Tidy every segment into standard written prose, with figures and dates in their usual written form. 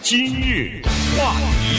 今日话题，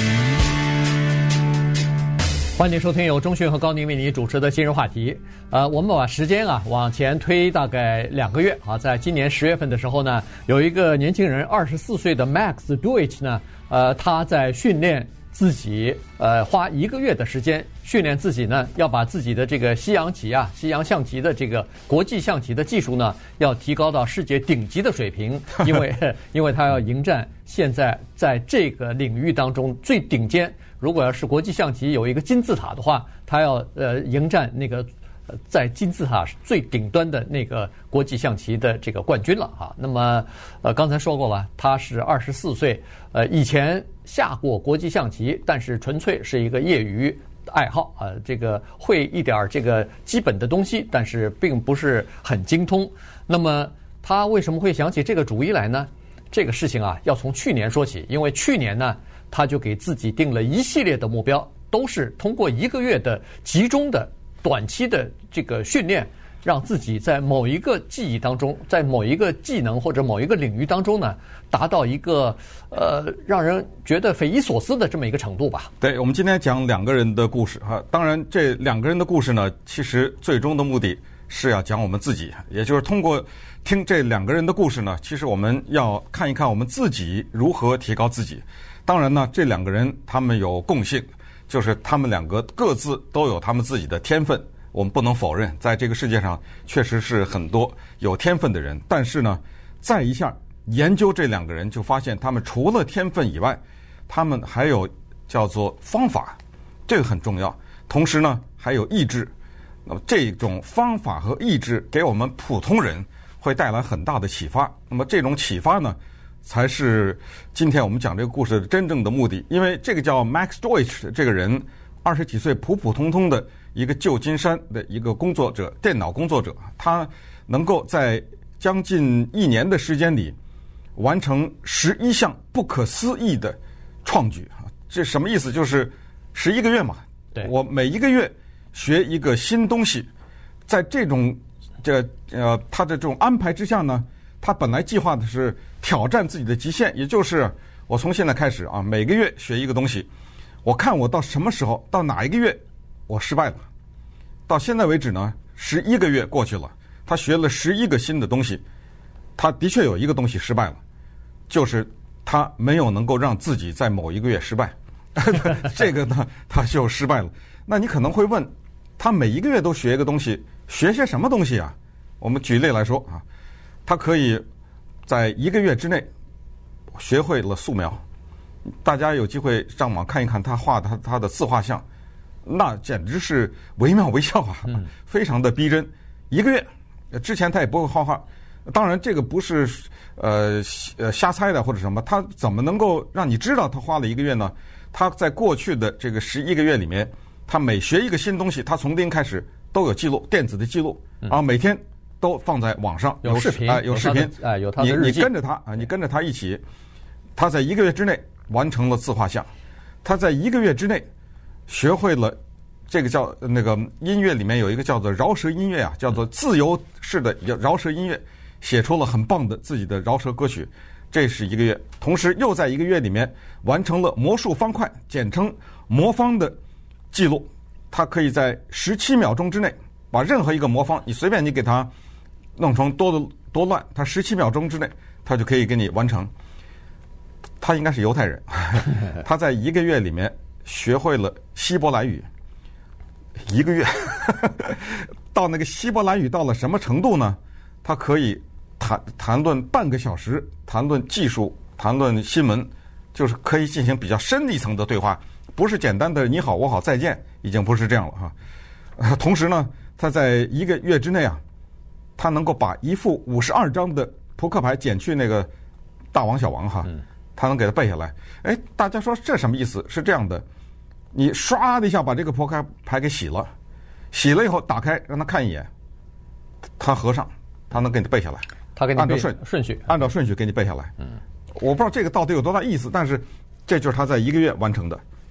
欢迎收听由钟迅和高宁为你主持的今日话题。我们把时间往前推大概2个月啊，在今年10月份的时候呢，有一个年轻人24岁的 Max Deutsch 呢，他在训练自己，花1个月的时间训练自己呢，要把自己的这个西洋象棋的这个国际象棋的技术呢，要提高到世界顶级的水平，因为他要迎战现在在这个领域当中最顶尖。如果要是国际象棋有一个金字塔的话，他要迎战那个在金字塔最顶端的那个国际象棋的这个冠军了啊。那么刚才说过了，他是24岁，以前下过国际象棋，但是纯粹是一个业余爱好啊，这个会一点这个基本的东西，但是并不是很精通。那么他为什么会想起这个主意来呢？这个事情要从去年说起，因为去年呢，他就给自己定了一系列的目标，都是通过1个月的集中的短期的这个训练，让自己在某一个记忆当中，在某一个技能或者某一个领域当中呢，达到一个让人觉得匪夷所思的这么一个程度吧。 对，我们今天讲2个人的故事哈。当然，这2个人的故事呢，其实最终的目的是要讲我们自己，也就是通过听这2个人的故事呢，其实我们要看一看我们自己如何提高自己。当然呢，这2个人他们有共性，就是他们2个各自都有他们自己的天分。我们不能否认，在这个世界上确实是很多有天分的人，但是呢，再一下研究这2个人，就发现他们除了天分以外，他们还有叫做方法，这个很重要。同时呢，还有意志。那么这种方法和意志给我们普通人会带来很大的启发。那么这种启发呢，才是今天我们讲这个故事的真正的目的。因为这个叫 Max Deutsch 这个人，20几岁普普通通的一个旧金山的一个工作者，电脑工作者，他能够在将近1年的时间里完成11项不可思议的创举。这什么意思？就是11个月嘛。 对， 我每1个月学一个新东西，在这种他的这种安排之下呢，他本来计划的是挑战自己的极限，也就是我从现在开始每个月学一个东西，我看我到什么时候，到哪一个月我失败了。到现在为止呢，11个月过去了，他学了11个新的东西，他的确有一个东西失败了，就是他没有能够让自己在某一个月失败。这个呢，他就失败了。那你可能会问，他每1个月都学一个东西，学些什么东西啊？我们举例来说他可以在1个月之内学会了素描。大家有机会上网看一看他画的他的自画像，那简直是惟妙惟肖非常的逼真。1个月之前他也不会画画，当然这个不是瞎猜的或者什么，他怎么能够让你知道他花了1个月呢？他在过去的这个11个月里面，他每学一个新东西，他从零开始都有记录，电子的记录，然后每天都放在网上， 有视频， 有视频， 有他的日记， 你跟着他一起，他在1个月之内完成了自画像，他在1个月之内学会了这个叫那个音乐里面有一个叫做饶舌音乐叫做自由式的饶舌音乐，写出了很棒的自己的饶舌歌曲。这是1个月，同时又在1个月里面完成了魔术方块，简称魔方的记录。他可以在17秒钟之内把任何一个魔方，你随便你给他弄成多乱，他17秒钟之内他就可以给你完成。他应该是犹太人，他在1个月里面学会了希伯来语。1个月到那个希伯来语到了什么程度呢？他可以谈论半个小时，谈论技术，谈论新闻，就是可以进行比较深一层的对话，不是简单的你好我好再见，已经不是这样了同时呢，他在1个月之内他能够把一副52张的扑克牌减去那个大王小王他能给他背下来。大家说这什么意思？是这样的，你唰的一下把这个扑克牌给洗了以后打开让他看一眼，他合上，他能给你背下来。 他给你按照顺序给你背下来。我不知道这个到底有多大意思，但是这就是他在1个月完成的。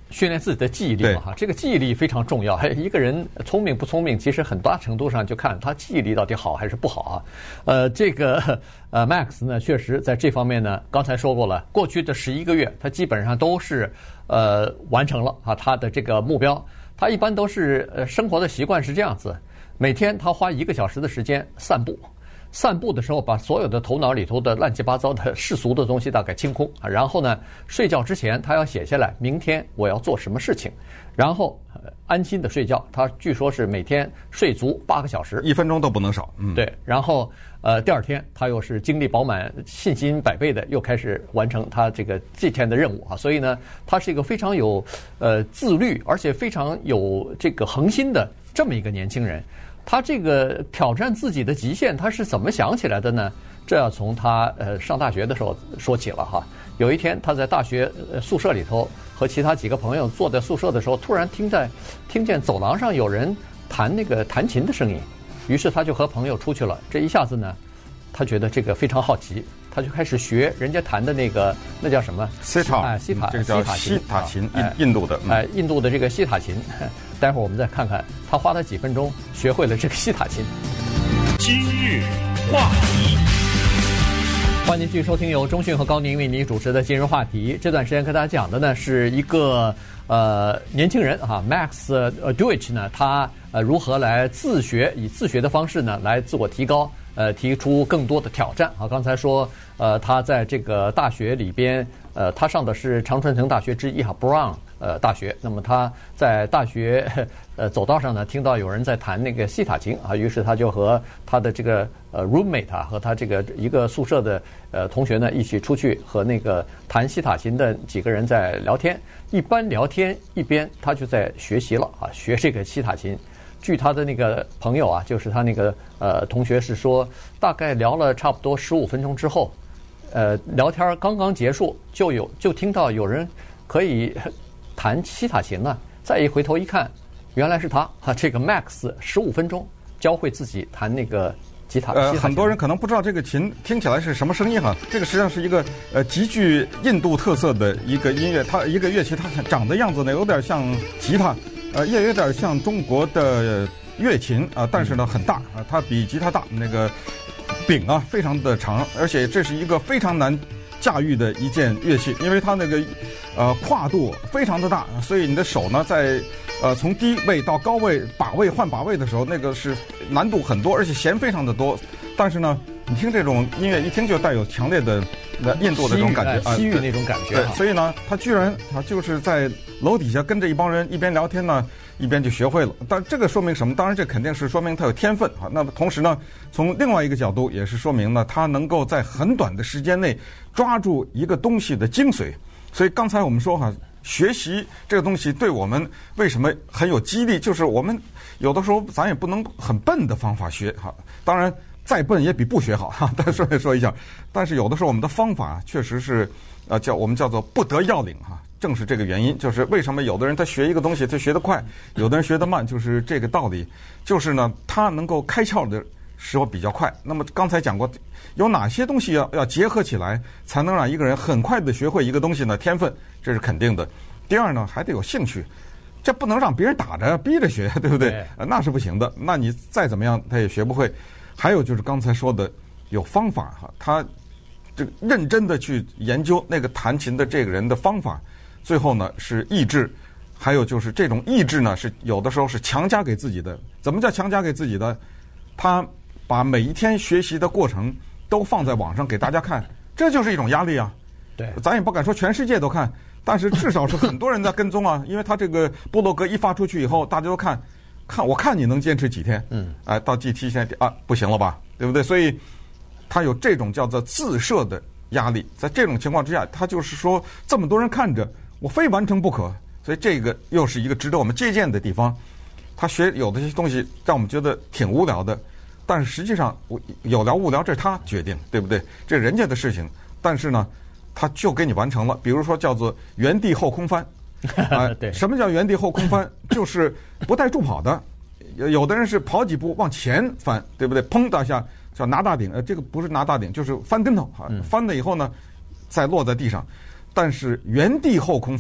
训练自己的记忆力嘛哈，这个记忆力非常重要。一个人聪明不聪明，其实很大程度上就看他记忆力到底好还是不好啊。这个Max 呢，确实在这方面呢，刚才说过了，过去的11个月，他基本上都是完成了啊他的这个目标。他一般都是生活的习惯是这样子，每天他花1个小时的时间散步。散步的时候，把所有的头脑里头的乱七八糟的世俗的东西大概清空啊，然后呢，睡觉之前他要写下来，明天我要做什么事情，然后安心的睡觉。他据说是每天睡足8个小时 ，1分钟都不能少。 对，然后第二天他又是精力饱满、信心百倍的，又开始完成他这天的任务啊。所以呢，他是一个非常有自律，而且非常有这个恒心的这么一个年轻人。他这个挑战自己的极限，他是怎么想起来的呢？这要从他上大学的时候说起了哈。有一天他在大学宿舍里头和其他几个朋友坐在宿舍的时候，突然听见走廊上有人弹琴的声音，于是他就和朋友出去了。这一下子呢，他觉得这个非常好奇，他就开始学人家弹的那叫什么西塔，这个叫西塔琴，印度的， 印度的这个西塔琴。待会儿我们再看看他花了几分钟学会了这个西塔琴。 今日话题， 欢迎继续收听由钟迅和高宁为你主持的今日话题。这段时间跟大家讲的呢是一个年轻人哈 ，Max Deutsch 呢，他如何来自学，以自学的方式呢来自我提高，提出更多的挑战啊。刚才说他在这个大学里边，他上的是常春藤大学之一哈 Brown。大学，那么他在大学走道上呢，听到有人在弹那个西塔琴啊，于是他就和他的这个roommate 啊，和他这个一个宿舍的同学呢，一起出去和那个弹西塔琴的几个人在聊天。一边聊天一边他就在学习了啊，学这个西塔琴。据他的那个朋友啊，就是他那个同学是说，大概聊了差不多15分钟之后，聊天刚刚结束，就听到有人可以弹西塔琴了，再一回头一看，原来是他哈，这个 Max 15分钟教会自己弹那个吉他。 很多人可能不知道这个琴听起来是什么声音哈，这个实际上是一个极具印度特色的一个音乐，它一个乐器，它长的样子呢有点像吉他，也有点像中国的乐琴啊，但是呢很大啊，它比吉他大，那个柄啊非常的长，而且这是一个非常难驾驭的一件乐器，因为它那个跨度非常的大，所以你的手呢在从低位到高位换把位的时候，那个是难度很多，而且弦非常的多。但是呢，你听这种音乐一听就带有强烈的印度的这种感觉西域那种感觉。 对，所以呢，他居然就是在楼底下跟着一帮人一边聊天呢，一边就学会了。但这个说明什么？当然，这肯定是说明他有天分啊。那么同时呢，从另外一个角度也是说明呢，他能够在很短的时间内抓住一个东西的精髓。所以刚才我们说哈，学习这个东西对我们为什么很有激励？就是我们有的时候咱也不能很笨的方法学哈。当然，再笨也比不学好哈。但顺便说一下，但是有的时候我们的方法确实是我们叫做不得要领哈。正是这个原因，就是为什么有的人他学一个东西他学得快，有的人学得慢，就是这个道理。就是呢，他能够开窍的时候比较快。那么刚才讲过，有哪些东西要结合起来，才能让一个人很快的学会一个东西呢？天分，这是肯定的。第二呢，还得有兴趣，这不能让别人打着逼着学，对不对？那是不行的。那你再怎么样，他也学不会。还有就是刚才说的，有方法哈，他这认真的去研究那个弹琴的这个人的方法。最后呢是意志，还有就是这种意志呢是有的时候是强加给自己的。怎么叫强加给自己的？他把每一天学习的过程都放在网上给大家看，这就是一种压力啊。 对， 咱也不敢说全世界都看，但是至少是很多人在跟踪啊。因为他这个部落格一发出去以后，大家都看，我看你能坚持几天？到第7天不行了吧，对不对？所以他有这种叫做自设的压力。在这种情况之下，他就是说这么多人看着，我非完成不可。所以这个又是一个值得我们借鉴的地方。他学有的些东西让我们觉得挺无聊的，但是实际上有聊无聊这是他决定，对不对？这是人家的事情。但是呢，他就给你完成了。比如说叫做原地后空翻对， 什么叫原地后空翻？就是不带助跑的。有的人是跑几步往前翻，对不对？砰的一下叫拿大顶，这个不是拿大顶，就是翻跟头啊。翻了以后呢，再落在地上。但是原地后空翻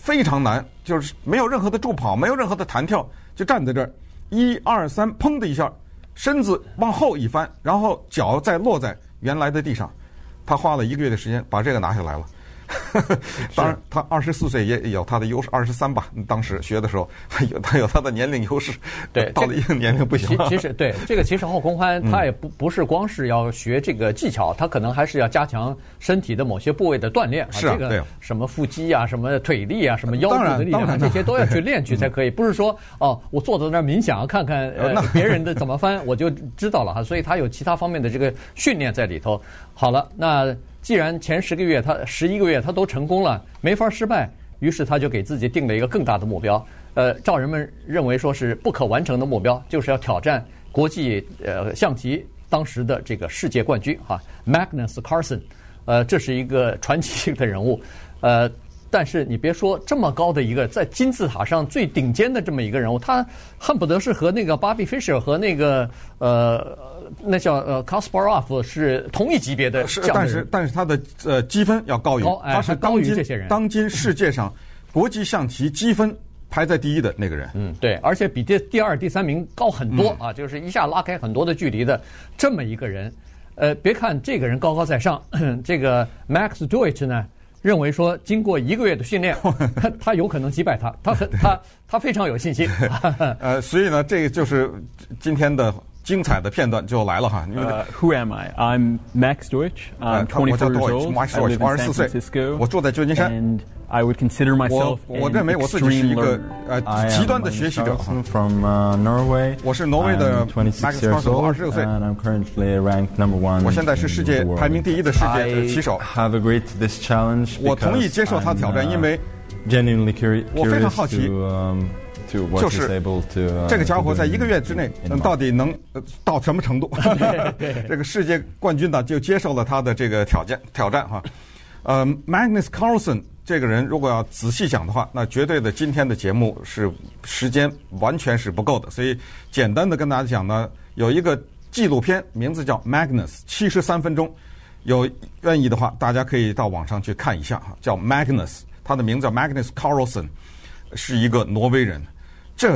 非常难，就是没有任何的助跑，没有任何的弹跳，就站在这儿，1、2、3，砰的一下，身子往后一翻，然后脚再落在原来的地上。他花了1个月的时间把这个拿下来了。当然，他24岁也有他的优势，23吧。当时学的时候，他有他的年龄优势。 对， 到了一个年龄不行。 其实对这个，其实后空翻他也不是光是要学这个技巧，他可能还是要加强身体的某些部位的锻炼。 是啊， 这个什么腹肌啊，什么腿力啊，什么腰部的力量啊，这些都要去练去才可以。不是说哦，我坐在那儿冥想，看看别人的怎么翻，我就知道了哈。所以他有其他方面的这个训练在里头。好了，那既然前11个月他都成功了，没法失败，于是他就给自己定了一个更大的目标。照人们认为说是不可完成的目标，就是要挑战国际象棋当时的这个世界冠军哈 Magnus Carlsen。这是一个传奇性的人物。但是你别说这么高的一个在金字塔上最顶尖的这么一个人物，他恨不得是和那个巴比菲舍和那个那叫Kasparov 是同一级别的这样的人。 但是他的积分要高于，他是高于这些人。 当今世界上国际象棋积分排在第一的那个人。 对，而且比第2、第3名高很多啊，就是一下拉开很多的距离的这么一个人。别看这个人高高在上，这个 Max Deutsch 呢，认为说经过1个月的训练，他有可能击败他，他非常有信心。 所以呢，这个就是今天的精彩的片段就来了哈。 Who am I? I'm Max Deutsch. I'm 24 years old. I live in San Francisco. 我住在旧金山。 And I would consider myself 我认为我自己是一个极端的学习者。 From Norway. 我是挪威的 Magnus Carlsen， 26岁。 And I'm currently ranked number 1. 我现在是世界排名第1的世界棋手。 I have agreed to this challenge. 我同意接受他的挑战，因为 genuinely curious 我非常好奇。就是这个家伙在1个月之内到底能到什么程度？这个世界冠军呢就接受了他的这个挑战哈。Magnus Carlsen 这个人如果要仔细讲的话，那绝对的今天的节目是时间完全是不够的，所以简单的跟大家讲呢，有一个纪录片名字叫 Magnus 73分钟，有愿意的话大家可以到网上去看一下哈，叫 Magnus， 他的名字叫 Magnus Carlsen， 是一个挪威人。这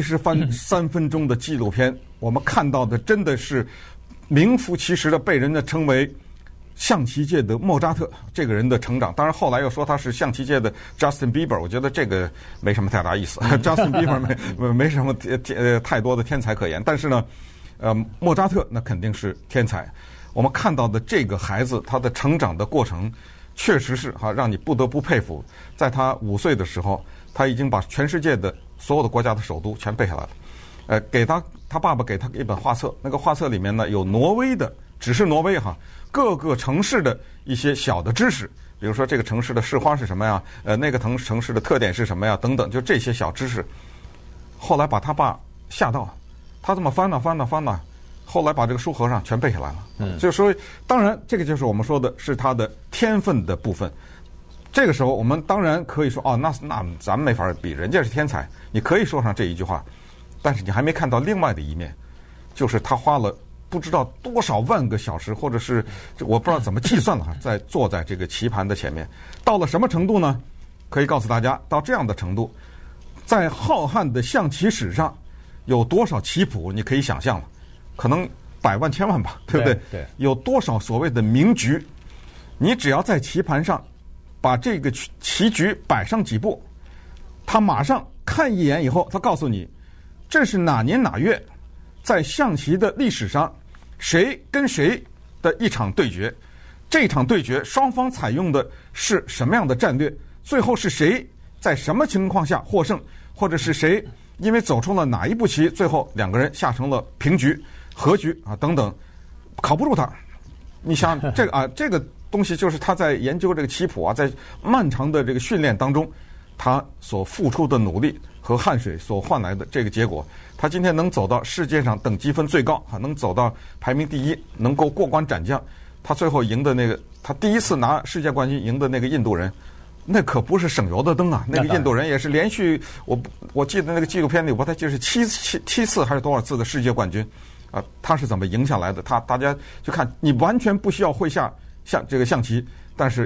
73分钟的纪录片，我们看到的真的是名副其实的被人家称为象棋界的莫扎特这个人的成长。当然后来又说他是象棋界的 Justin Bieber， 我觉得这个没什么太大意思。Justin Bieber 没什么太多的天才可言，但是呢，莫扎特那肯定是天才。我们看到的这个孩子他的成长的过程，确实是让你不得不佩服。在他5岁的时候，他已经把全世界的所有的国家的首都全背下来了。给他爸爸给他一本画册，那个画册里面呢有挪威的，只是挪威各个城市的一些小的知识，比如说这个城市的市花是什么呀，那个城市的特点是什么呀，等等，就这些小知识。后来把他爸吓到，他这么翻呐，后来把这个书盒上全背下来了。就说，当然这个就是我们说的是他的天分的部分。这个时候我们当然可以说那咱们没法比，人家是天才，你可以说上这一句话，但是你还没看到另外的一面，就是他花了不知道多少万个小时，或者是我不知道怎么计算了在坐在这个棋盘的前面，到了什么程度呢？可以告诉大家，到这样的程度，在浩瀚的象棋史上有多少棋谱，你可以想象了，可能百万千万吧，对不对？ 对， 有多少所谓的名局，你只要在棋盘上把这个棋局摆上几步，他马上看一眼以后，他告诉你这是哪年哪月，在象棋的历史上谁跟谁的一场对决，这场对决双方采用的是什么样的战略，最后是谁在什么情况下获胜，或者是谁因为走出了哪一步棋，最后两个人下成了平局、和局等等，考不住他。你想这个这个东西就是他在研究这个棋谱在漫长的这个训练当中，他所付出的努力和汗水所换来的这个结果，他今天能走到世界上等积分最高能走到排名第一，能够过关斩将，他最后赢的那个，他第一次拿世界冠军赢的那个印度人，那可不是省油的灯啊！那个印度人也是连续，我记得那个纪录片里，我他就是七次还是多少次的世界冠军他是怎么赢下来的？大家就看，你完全不需要会像这个象棋，但是你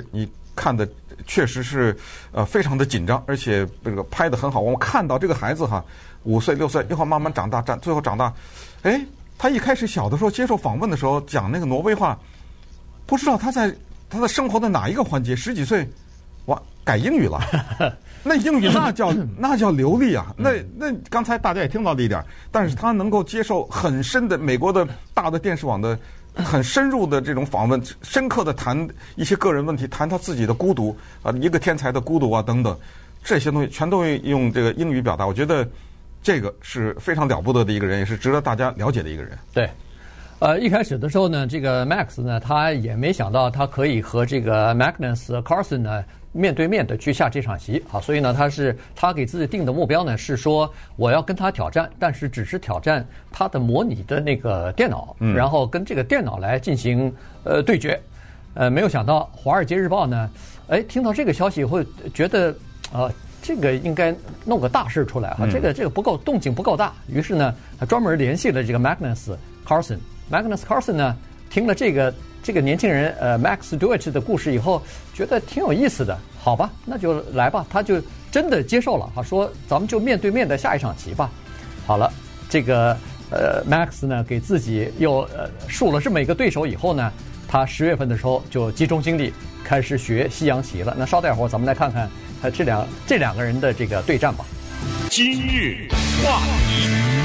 看的确实是非常的紧张，而且这个拍得很好。我们看到这个孩子哈，5岁6岁，一会儿慢慢长大，最后长大，哎，他一开始小的时候接受访问的时候讲那个挪威话，不知道他在他的生活的哪一个环节，10几岁，哇，改英语了。那英语那叫流利啊！那刚才大家也听到了一点，但是他能够接受很深的美国的大的电视网的很深入的这种访问，深刻的谈一些个人问题，谈他自己的孤独啊，一个天才的孤独啊等等，这些东西全都用这个英语表达。我觉得这个是非常了不得的一个人，也是值得大家了解的一个人。 对。一开始的时候呢，这个 Max 呢，他也没想到他可以和这个 Magnus Carlsen 呢面对面的去下这场棋啊，所以呢，他给自己定的目标呢是说我要跟他挑战，但是只是挑战他的模拟的那个电脑，然后跟这个电脑来进行对决。没有想到《华尔街日报》呢，听到这个消息会觉得这个应该弄个大事出来哈，这个不够动静不够大，于是呢，他专门联系了这个 Magnus Carlsen 呢，听了这个年轻人Max Deutsch 的故事以后，觉得挺有意思的，好吧，那就来吧，他就真的接受了，说咱们就面对面的下一场棋吧。好了，这个Max 呢给自己又树了这么一个对手以后呢，他10月份的时候就集中精力开始学西洋棋了。那稍待会儿咱们来看看这两个人的这个对战吧。 今日话题。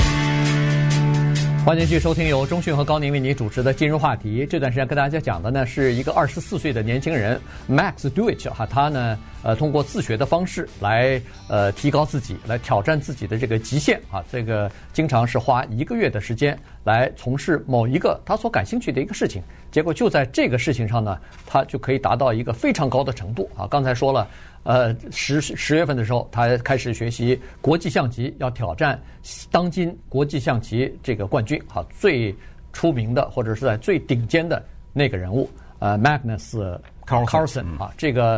欢迎继续收听由钟迅和高宁为你主持的今日话题。这段时间跟大家讲的呢是一个24岁的年轻人 Max Deutsch 哈，他呢通过自学的方式来提高自己，来挑战自己的这个极限啊。这个经常是花1个月的时间来从事某一个他所感兴趣的一个事情，结果就在这个事情上呢，他就可以达到一个非常高的程度啊。刚才说了。10月份的时候，他开始学习国际象棋，要挑战当今国际象棋这个冠军啊，最出名的或者是在最顶尖的那个人物Magnus Carlsen 啊，这个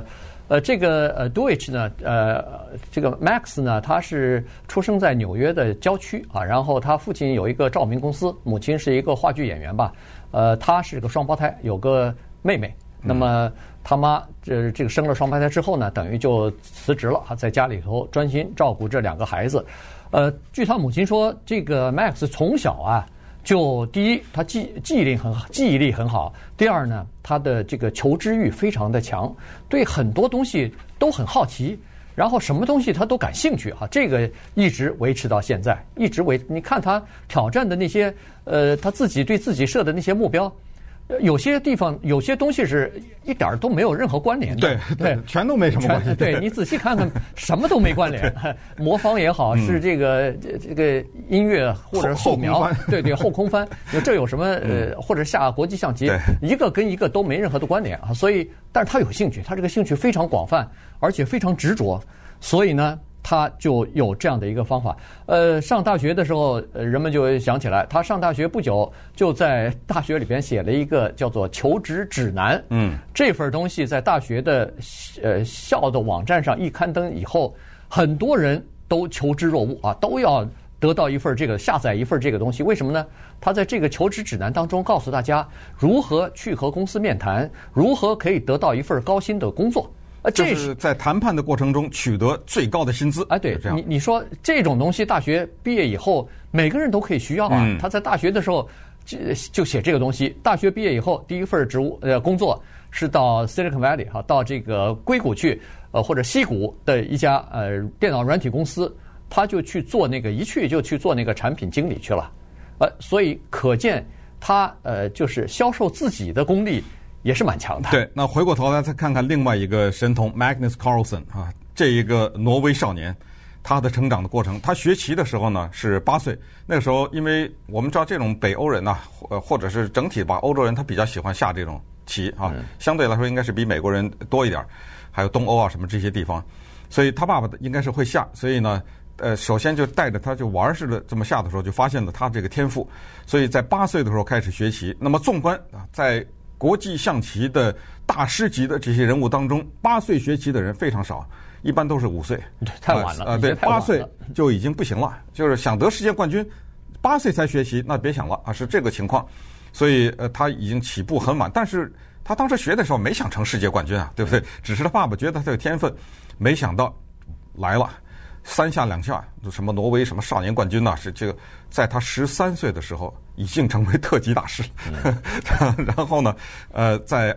Deutsch 呢，这个 Max 呢，他是出生在纽约的郊区啊，然后他父亲有一个照明公司，母亲是一个话剧演员吧，他是个双胞胎，有个妹妹。那么他妈这个生了双胞胎之后呢，等于就辞职了，在家里头专心照顾这2个孩子。据他母亲说，这个 Max 从小啊，就第一他记忆力很好，第二呢，他的这个求知欲非常的强，对很多东西都很好奇，然后什么东西他都感兴趣啊，这个一直维持到现在，你看他挑战的那些他自己对自己设的那些目标。有些地方有些东西是一点都没有任何关联的， 对，全都没什么关系。 对，你仔细看看，什么都没关联。魔方也好，是这个音乐或者素描，对，后空翻，这有什么或者下国际象棋，一个跟一个都没任何的关联啊。所以，但是他有兴趣，他这个兴趣非常广泛，而且非常执着，所以呢。他就有这样的一个方法。上大学的时候，人们就想起来，他上大学不久就在大学里边写了一个叫做求职指南。这份东西在大学的校的网站上一刊登以后，很多人都求知若鹜啊，都要得到一份这个下载一份这个东西。为什么呢？他在这个求职指南当中告诉大家如何去和公司面谈，如何可以得到一份高薪的工作。 这是在谈判的过程中取得最高的薪资。 对，你说这种东西，大学毕业以后每个人都可以需要啊。他在大学的时候就写这个东西。大学毕业以后，第一份工作是到 Silicon Valley 哈，到这个硅谷去，或者矽谷的一家电脑软体公司，他就去做一去就去做那个产品经理去了。所以可见他就是销售自己的功力。也是蛮强的。 对，那回过头来再看看另外一个神童 Magnus Carlsen 啊，这一个挪威少年，他的成长的过程。他学棋的时候呢是8岁，那个时候因为我们知道这种北欧人呢，或者是整体吧，欧洲人他比较喜欢下这种棋啊，相对来说应该是比美国人多一点，还有东欧啊什么这些地方，所以他爸爸应该是会下，所以呢。首先就带着他就玩似的这么下的时候，就发现了他这个天赋，所以在8岁的时候开始学习。那么纵观啊，在国际象棋的大师级的这些人物当中，8岁学棋的人非常少，一般都是5岁， 太晚了。 对，8岁就已经不行了，就是想得世界冠军，8岁才学习，那别想了啊，是这个情况。所以他已经起步很晚，但是他当时学的时候没想成世界冠军啊，对不对？只是他爸爸觉得他有天分，没想到来了，3下2下，什么挪威什么少年冠军呐，是这个在他13岁的时候已经成为特级大师。然后呢，在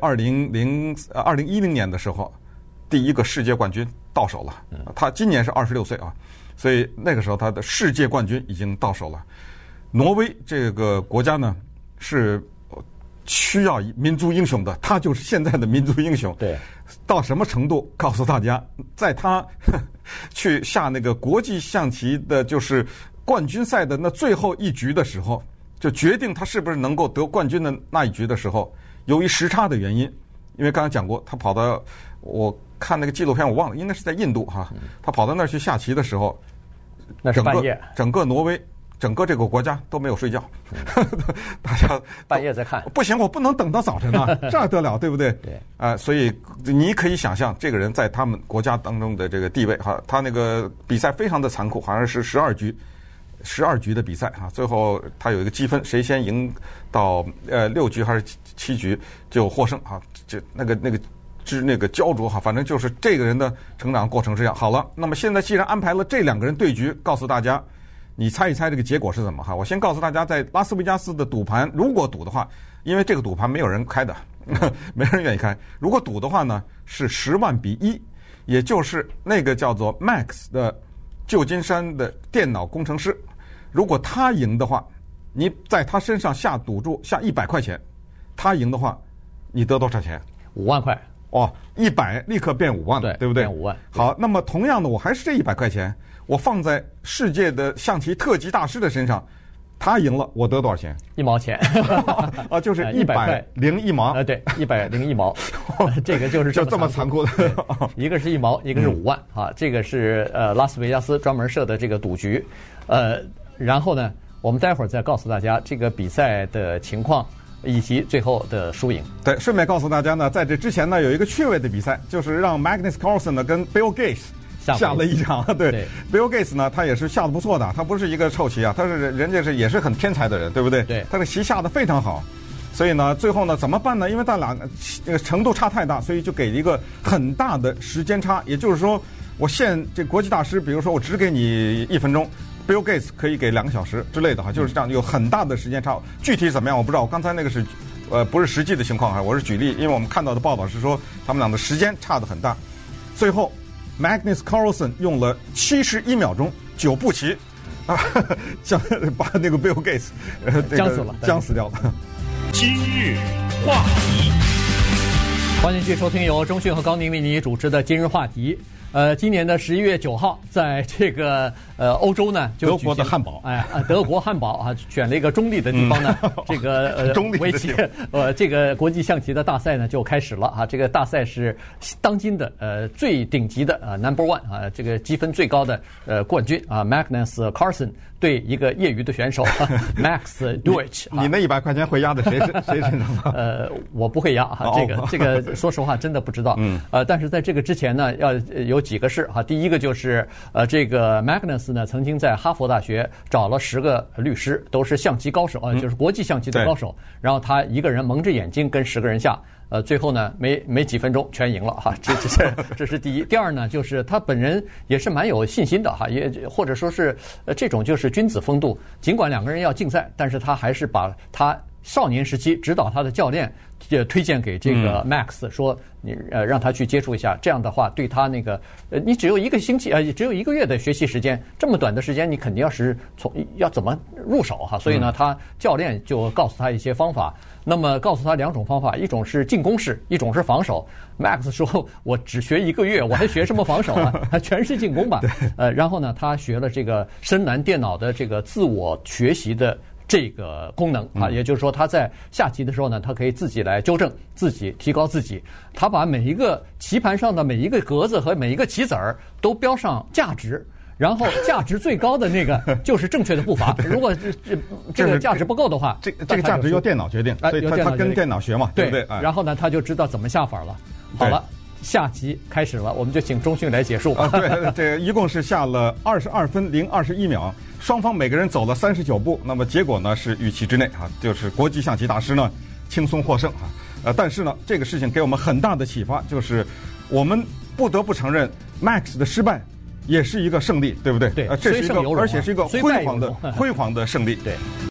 2010年的时候，第一个世界冠军到手了。他今年是26岁啊，所以那个时候他的世界冠军已经到手了。挪威这个国家呢是需要民族英雄的，他就是现在的民族英雄。 对， 到什么程度？告诉大家，在他去下那个国际象棋的，就是冠军赛的那最后一局的时候，就决定他是不是能够得冠军的那一局的时候，由于时差的原因，因为刚才讲过，他跑到我看那个纪录片我忘了，应该是在印度哈，他跑到那儿去下棋的时候， 那是半夜， 整个挪威。整个这个国家都没有睡觉，大家半夜在看。 不行，我不能等到早晨啊，这得了，对不对？ 对。 所以你可以想象这个人在他们国家当中的这个地位哈。他那个比赛非常的残酷，好像是12局的比赛哈。最后他有一个积分，谁先赢到6局还是7局就获胜啊。就那个焦灼哈，反正就是这个人的成长过程是这样。好了，那么现在既然安排了这2个人对局，告诉大家。你猜一猜这个结果是怎么哈？我先告诉大家，在拉斯维加斯的赌盘，如果赌的话，因为这个赌盘没有人开的，没人愿意开。如果赌的话呢，是10万比1，也就是那个叫做 Max 的旧金山的电脑工程师，如果他赢的话，你在他身上下赌注下100块钱，他赢的话，你得多少钱 ？5万块。 哦，100立刻变5万了，对不对？ 变5万。 好，那么同样的，我还是这100块钱。我放在世界的象棋特级大师的身上，他赢了，我得多少钱 ？1毛钱啊，就是101毛。 对，101毛，这个就是这么残酷的。 一个是1毛，一个是5万啊。这个是拉斯维加斯专门设的这个赌局。然后呢，我们待会儿再告诉大家这个比赛的情况以及最后的输赢。 对，顺便告诉大家呢，在这之前呢，有一个趣味的比赛，就是让 Magnus Carlsen 呢跟 Bill Gates。下了一场，对 ，Bill Gates 呢，他也是下的不错的，他不是一个臭棋啊，他是人家也是很天才的人，对不对？ 对， 他的棋下的非常好，所以呢，最后呢怎么办呢？因为他俩这个程度差太大，所以就给了一个很大的时间差，也就是说，我现这国际大师，比如说我只给你1分钟，Bill Gates 可以给2个小时之类的哈，就是这样，有很大的时间差。具体怎么样我不知道，我刚才那个是不是实际的情况哈，我是举例，因为我们看到的报道是说他们俩的时间差得很大，最后。Magnus Carlsen 用了71秒钟9步棋，把那个 Bill Gates 僵死掉了。 今日话题， 欢迎继续收听由钟迅和高宁为你主持的今日话题。今年的11月9号，在这个欧洲呢，就德国的汉堡， 德国汉堡啊，选了一个中立的地方呢，这个围棋这个国际象棋的大赛呢就开始了啊。这个大赛是当今的最顶级的number one 啊，这个积分最高的冠军啊 Magnus Carlsen 对一个业余的选手Max Deutsch。 你那100块钱会压在谁身上吗？ 我不会压哈，这个说实话真的不知道。但是在这个之前呢，要有几个事哈。第一个就是这个 Magnus 呢曾经在哈佛大学找了10个律师，都是象棋高手啊，就是国际象棋的高手。然后他一个人蒙着眼睛跟10个人下。最后呢，没几分钟全赢了哈，这是第一。第二呢，就是他本人也是蛮有信心的哈，也或者说是这种就是君子风度。尽管2个人要竞赛，但是他还是把他少年时期指导他的教练推荐给这个 Max， 说你让他去接触一下，这样的话对他那个你只有1个星期只有1个月的学习时间，这么短的时间你肯定要怎么入手哈，所以呢，他教练就告诉他一些方法。那么告诉他2种方法，一种是进攻式，一种是防守。Max 说：“我只学1个月，我还学什么防守啊？全是进攻吧。”然后呢，他学了这个深蓝电脑的这个自我学习的这个功能啊，也就是说他在下棋的时候呢，他可以自己来纠正自己，提高自己。他把每一个棋盘上的每一个格子和每一个棋子儿都标上价值。然后价值最高的那个就是正确的步伐。如果这个价值不够的话， 这个价值由电脑决定，所以他跟电脑学嘛，对不对？ 然后呢，他就知道怎么下法了。好了，下棋开始了，我们就请钟迅来结束。 对，这一共是下了22分零21秒，双方每个人走了39步。那么结果呢是预期之内啊，就是国际象棋大师呢轻松获胜啊。 但是呢，这个事情给我们很大的启发，就是我们不得不承认 Max 的失败也是一个胜利，对不对？ 对， 这是一个，而且是一个辉煌的胜利。 对。